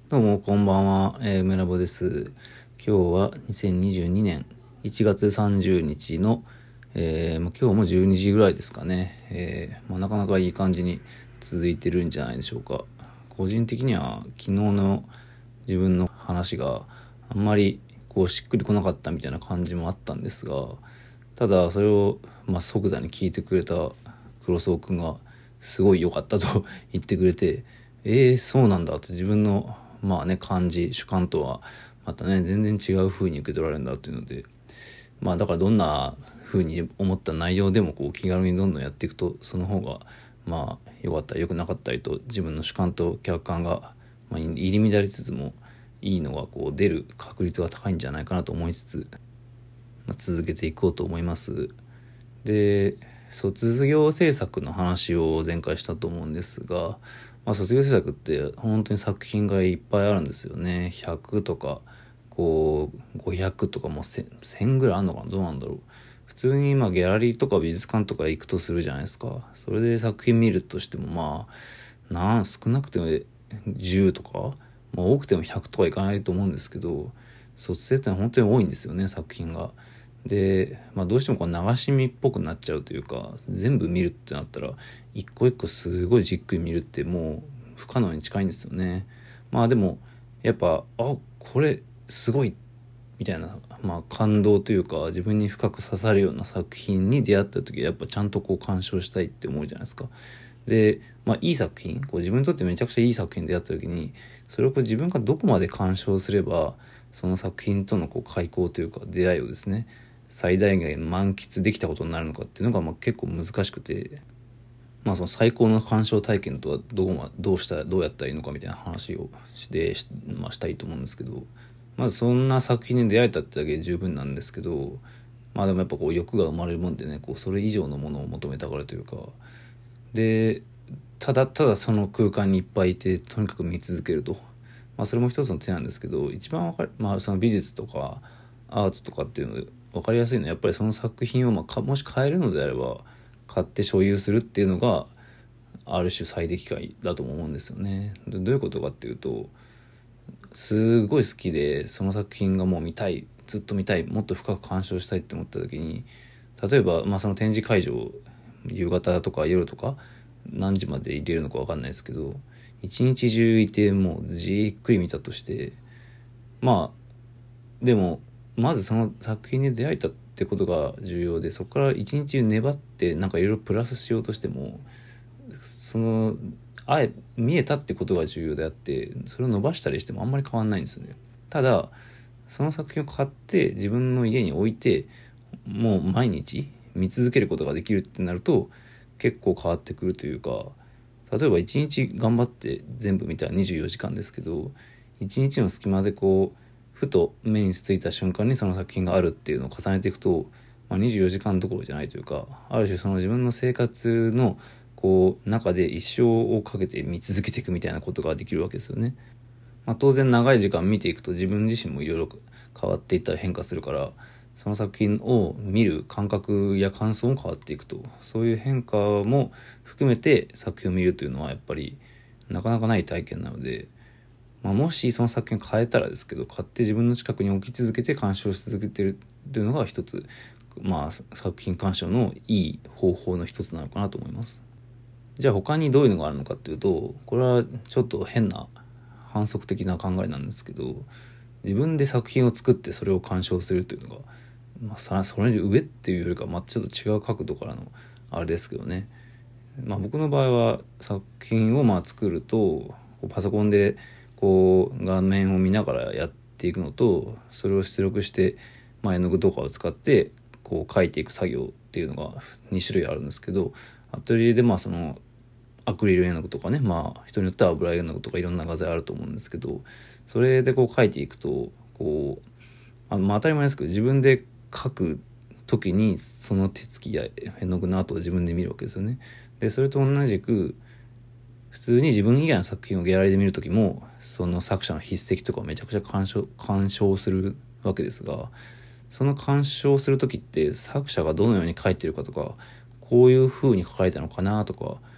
どうもこんばんは、梅ラボです。今日は2022年1月30日の、今日も12時ぐらいですかね。なかなかいい感じに続いてるんじゃないでしょうか。個人的には昨日の自分の話があんまりしっくりこなかったみたいな感じもあったんですが、ただそれを即座に聞いてくれた黒荘くんがすごい良かったと言ってくれて、そうなんだと、自分の感じ主観とはまたね全然違う風に受け取られるんだというので、だからどんな風に思った内容でも気軽にどんどんやっていくと、その方が良かったり良くなかったりと、自分の主観と客観が、入り乱れつつもいいのが出る確率が高いんじゃないかなと思いつつ、続けていこうと思います。で、卒業制作の話を前回したと思うんですが、卒業制作って本当に作品がいっぱいあるんですよね。100とか500とかも1000ぐらいあるのかな、どうなんだろう。普通にギャラリーとか美術館とか行くとするじゃないですか。それで作品見るとしても少なくても10とか、多くても100とかいかないと思うんですけど、卒生ってのは本当に多いんですよね、作品が。で、どうしても流し見っぽくなっちゃうというか、全部見るってなったら一個一個すごいじっくり見るってもう不可能に近いんですよね。でもやっぱこれすごいみたいな、感動というか自分に深く刺さるような作品に出会った時はやっぱちゃんと鑑賞したいって思うじゃないですか。で、いい作品、自分にとってめちゃくちゃいい作品に出会った時に、それを自分がどこまで鑑賞すればその作品との開口というか出会いをですね、最大限満喫できたことになるのかっていうのが結構難しくて、その最高の鑑賞体験とはどうやったらいいのかみたいな話をしたいと思うんですけど、まずそんな作品に出会えたってだけで十分なんですけど、でもやっぱ欲が生まれるもんでね、それ以上のものを求めたがるというか、でただただその空間にいっぱいいてとにかく見続けると、それも一つの手なんですけど、一番その美術とかアートとかっていうので分かりやすいのは、やっぱりその作品をもし買えるのであれば買って所有するっていうのがある種最適解だと思うんですよね。どういうことかっていうと、すごい好きでその作品がもう見たい、ずっと見たい、もっと深く鑑賞したいって思った時に、例えばその展示会場夕方とか夜とか何時まで入れるのか分かんないですけど、一日中いてもうじっくり見たとして、でもまずその作品に出会えたってことが重要で、そこから一日中粘っていろいろプラスしようとしても、その見えたってことが重要であって、それを伸ばしたりしてもあんまり変わんないんですよね。ただその作品を買って自分の家に置いてもう毎日見続けることができるってなると結構変わってくるというか、例えば1日頑張って全部見たら24時間ですけど、1日の隙間でふと目についた瞬間にその作品があるっていうのを重ねていくと、24時間どころじゃないというか、ある種その自分の生活の中で一生をかけて見続けていくみたいなことができるわけですよね。当然長い時間見ていくと自分自身もいろいろ変わっていったり変化するから、その作品を見る感覚や感想も変わっていくと、そういう変化も含めて作品を見るというのはやっぱりなかなかない体験なので、もしその作品を変えたらですけど、買って自分の近くに置き続けて鑑賞し続けてるというのが一つ、作品鑑賞のいい方法の一つなのかなと思います。じゃあ他にどういうのがあるのかっていうと、これはちょっと変な反則的な考えなんですけど、自分で作品を作ってそれを鑑賞するというのが、それより上っていうよりか、ちょっと違う角度からのあれですけどね。僕の場合は作品を作るとパソコンで画面を見ながらやっていくのと、それを出力して絵の具とかを使って描いていく作業っていうのが2種類あるんですけど、アトリエでそのアクリル絵の具とかね、人によっては油絵の具とかいろんな画材あると思うんですけど、それで描いていくと当たり前ですけど、自分で描く時にその手つきや絵の具の跡を自分で見るわけですよね。でそれと同じく普通に自分以外の作品をギャラリーで見る時もその作者の筆跡とかをめちゃくちゃ鑑賞するわけですが、その鑑賞する時って作者がどのように描いてるかとか、こういう風に描かれたのかなとか、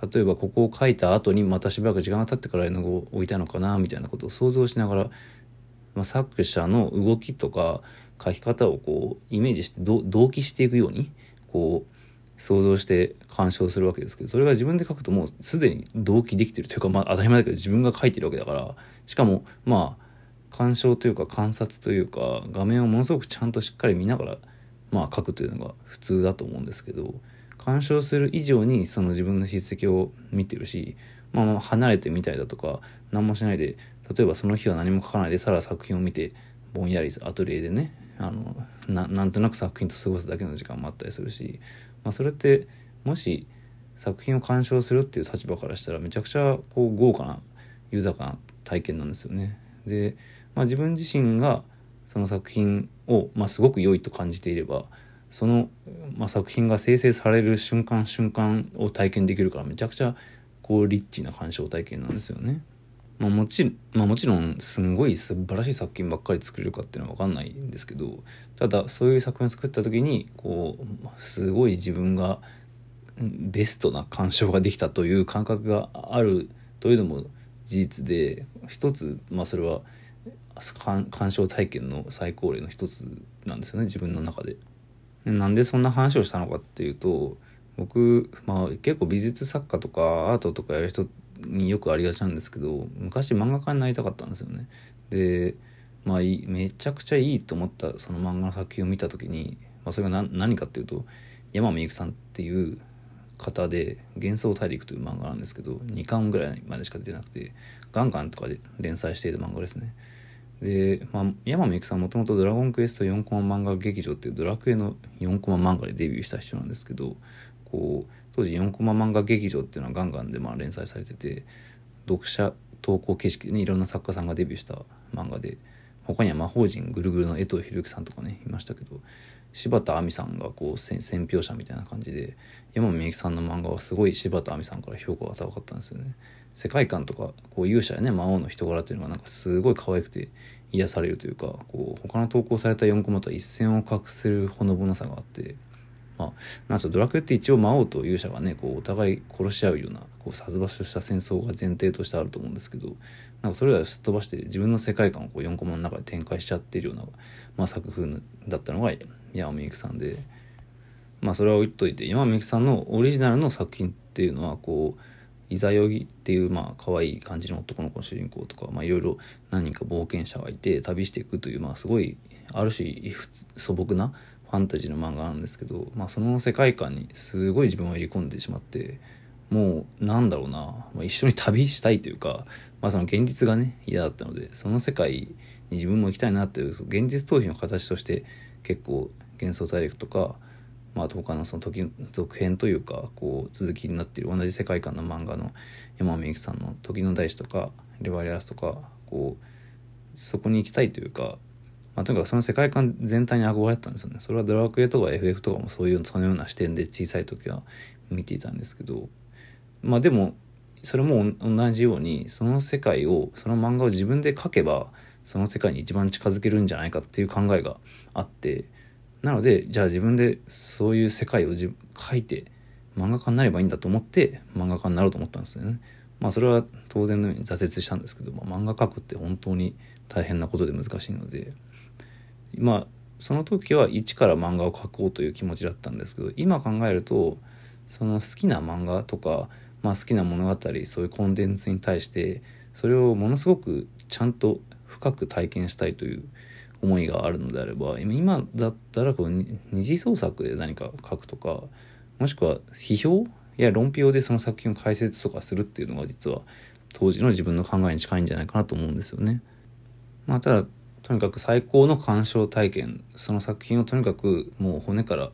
例えばここを書いた後にまたしばらく時間が経ってから絵の具を置いたのかなみたいなことを想像しながら、作者の動きとか書き方をこうイメージして同期していくようにこう想像して鑑賞するわけですけど、それが自分で書くともうすでに同期できてるというか、当たり前だけど自分が書いてるわけだから、しかも鑑賞というか観察というか画面をものすごくちゃんとしっかり見ながら書くというのが普通だと思うんですけど、鑑賞する以上にその自分の筆跡を見てるし、離れてみたりだとか何もしないで、例えばその日は何も書かないでさら作品を見てぼんやりアトリエでねなんとなく作品と過ごすだけの時間もあったりするし、それってもし作品を鑑賞するっていう立場からしたらめちゃくちゃこう豪華な豊かな体験なんですよね。で、自分自身がその作品を、すごく良いと感じていれば、その、作品が生成される瞬間瞬間を体験できるから、めちゃくちゃこうリッチな鑑賞体験なんですよね。もちろんすんごい素晴らしい作品ばっかり作れるかっていうのは分かんないんですけど、ただそういう作品を作った時にこうすごい自分がベストな鑑賞ができたという感覚があるというのも事実で、一つそれは鑑賞体験の最高例の一つなんですよね、自分の中で。なんでそんな話をしたのかっていうと、僕、結構美術作家とかアートとかやる人によくありがちなんですけど、昔漫画家になりたかったんですよね。で、めちゃくちゃいいと思ったその漫画の作品を見た時に、それが何かっていうと、山見ゆきさんっていう方で幻想大陸という漫画なんですけど、2巻ぐらいまでしか出てなくて、ガンガンとかで連載している漫画ですね。で、山見ゆきさんもともとドラゴンクエスト4コマ漫画劇場っていうドラクエの4コマ漫画でデビューした人なんですけど、当時4コマ漫画劇場っていうのはガンガンで連載されてて、読者投稿形式でねいろんな作家さんがデビューした漫画で、他には魔法陣ぐるぐるの江藤博之さんとかねいましたけど、柴田亜美さんが選評者みたいな感じで、山見ゆきさんの漫画はすごい柴田亜美さんから評価が高かったんですよね。世界観とか勇者やね魔王の人柄っていうのがすごい可愛くて癒されるというか、他の投稿された4コマとは一線を画するほのぼのさがあって、ドラクエって一応魔王と勇者がねお互い殺し合うような殺伐とした戦争が前提としてあると思うんですけど、それらをすっ飛ばして自分の世界観を4コマの中で展開しちゃっているような、作風だったのが山見ゆきさんで、それは置いといて、山見ゆきさんのオリジナルの作品っていうのはイザヨギっていう可愛い感じの男の子の主人公とか、いろいろ何人か冒険者がいて旅していくという、すごいある種素朴なファンタジーの漫画なんですけど、その世界観にすごい自分を入り込んでしまって、もう一緒に旅したいというか、その現実がね嫌だったので、その世界に自分も行きたいなっていう現実逃避の形として結構幻想大陸とか、他のその時続編というか続きになっている同じ世界観の漫画の山見ゆきさんの時の大師とかレバリアスとかそこに行きたいというか、とにかくその世界観全体に憧れてたんですよね。それはドラクエとか FF とかもそのような視点で小さい時は見ていたんですけど、でもそれも同じようにその世界をその漫画を自分で描けばその世界に一番近づけるんじゃないかっていう考えがあって、なのでじゃあ自分でそういう世界を描いて漫画家になればいいんだと思って漫画家になろうと思ったんですよね。それは当然のように挫折したんですけど、漫画描くって本当に大変なことで難しいので、その時は一から漫画を描こうという気持ちだったんですけど、今考えるとその好きな漫画とか、好きな物語、そういうコンテンツに対してそれをものすごくちゃんと深く体験したいという思いがあるのであれば、今だったら二次創作で何か書くとか、もしくは批評や論評でその作品を解説とかするっていうのが実は当時の自分の考えに近いんじゃないかなと思うんですよね。ただとにかく最高の鑑賞体験、その作品をとにかくもう骨から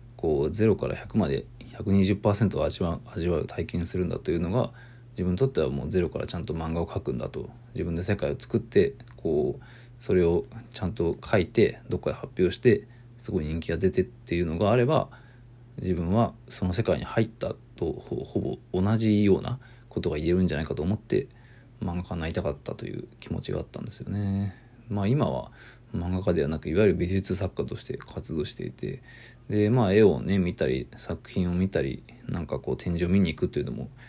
0から100まで 120% を味わう体験するんだというのが、自分にとってはもうゼロからちゃんと漫画を描くんだと、自分で世界を作ってそれをちゃんと書いてどっかで発表してすごい人気が出てっていうのがあれば、自分はその世界に入ったとほぼ同じようなことが言えるんじゃないかと思って漫画家になりたかったという気持ちがあったんですよね。今は漫画家ではなくいわゆる美術作家として活動していて、で絵をね見たり作品を見たり展示を見に行くというのも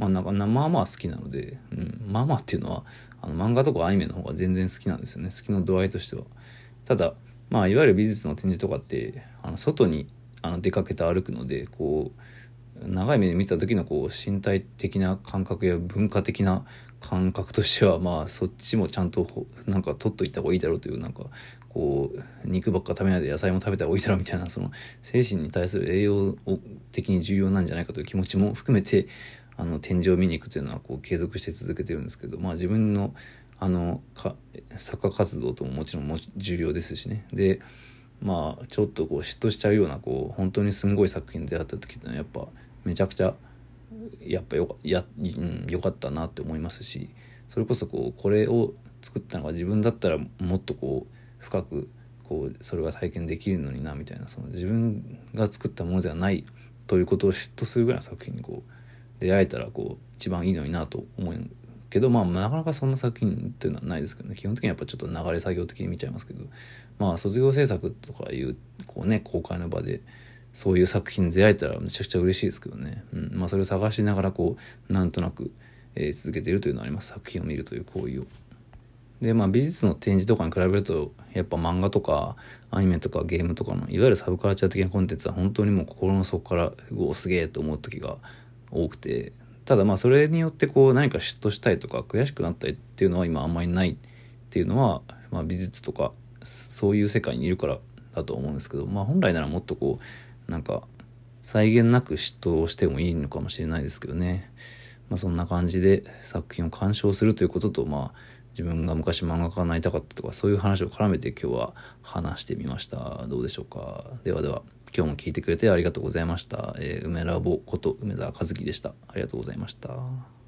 まあまあ好きなので、まあまあっていうのは漫画とかアニメの方が全然好きなんですよね、好きの度合いとしては。ただいわゆる美術の展示とかって外に出かけて歩くので、長い目で見た時の身体的な感覚や文化的な感覚としてはそっちもちゃんと取っといた方がいいだろうという、肉ばっか食べないで野菜も食べた方がいいだろうみたいな、その精神に対する栄養的に重要なんじゃないかという気持ちも含めて展示を見に行くというのは継続して続けてるんですけど、自分の作家活動とももちろん重要ですしね。でちょっと嫉妬しちゃうような本当にすんごい作品で出会った時ってのはやっぱめちゃくちゃやっぱよかったなって思いますし、それこそこれを作ったのが自分だったらもっと深くそれが体験できるのになみたいな、その自分が作ったものではないということを嫉妬するぐらいの作品に出会えたら一番いいのになと思うけど、なかなかそんな作品っていうのはないですけどね。基本的にはやっぱちょっと流れ作業的に見ちゃいますけど、卒業制作とかいう公開の場でそういう作品に出会えたらめちゃくちゃ嬉しいですけどね。それを探しながらなんとなく、続けているというのはあります。作品を見るという行為を。で美術の展示とかに比べるとやっぱ漫画とかアニメとかゲームとかのいわゆるサブカルチャー的なコンテンツは本当にもう心の底からすげえと思う時が多くて、ただそれによって何か嫉妬したいとか悔しくなったりっていうのは今あんまりないっていうのは、美術とかそういう世界にいるからだと思うんですけど、本来ならもっと際限なく嫉妬をしてもいいのかもしれないですけどね。そんな感じで作品を鑑賞するということと自分が昔漫画家になりたかったとかそういう話を絡めて今日は話してみました。どうでしょうか。では今日も聞いてくれてありがとうございました。梅ラボこと梅澤和樹でした。ありがとうございました。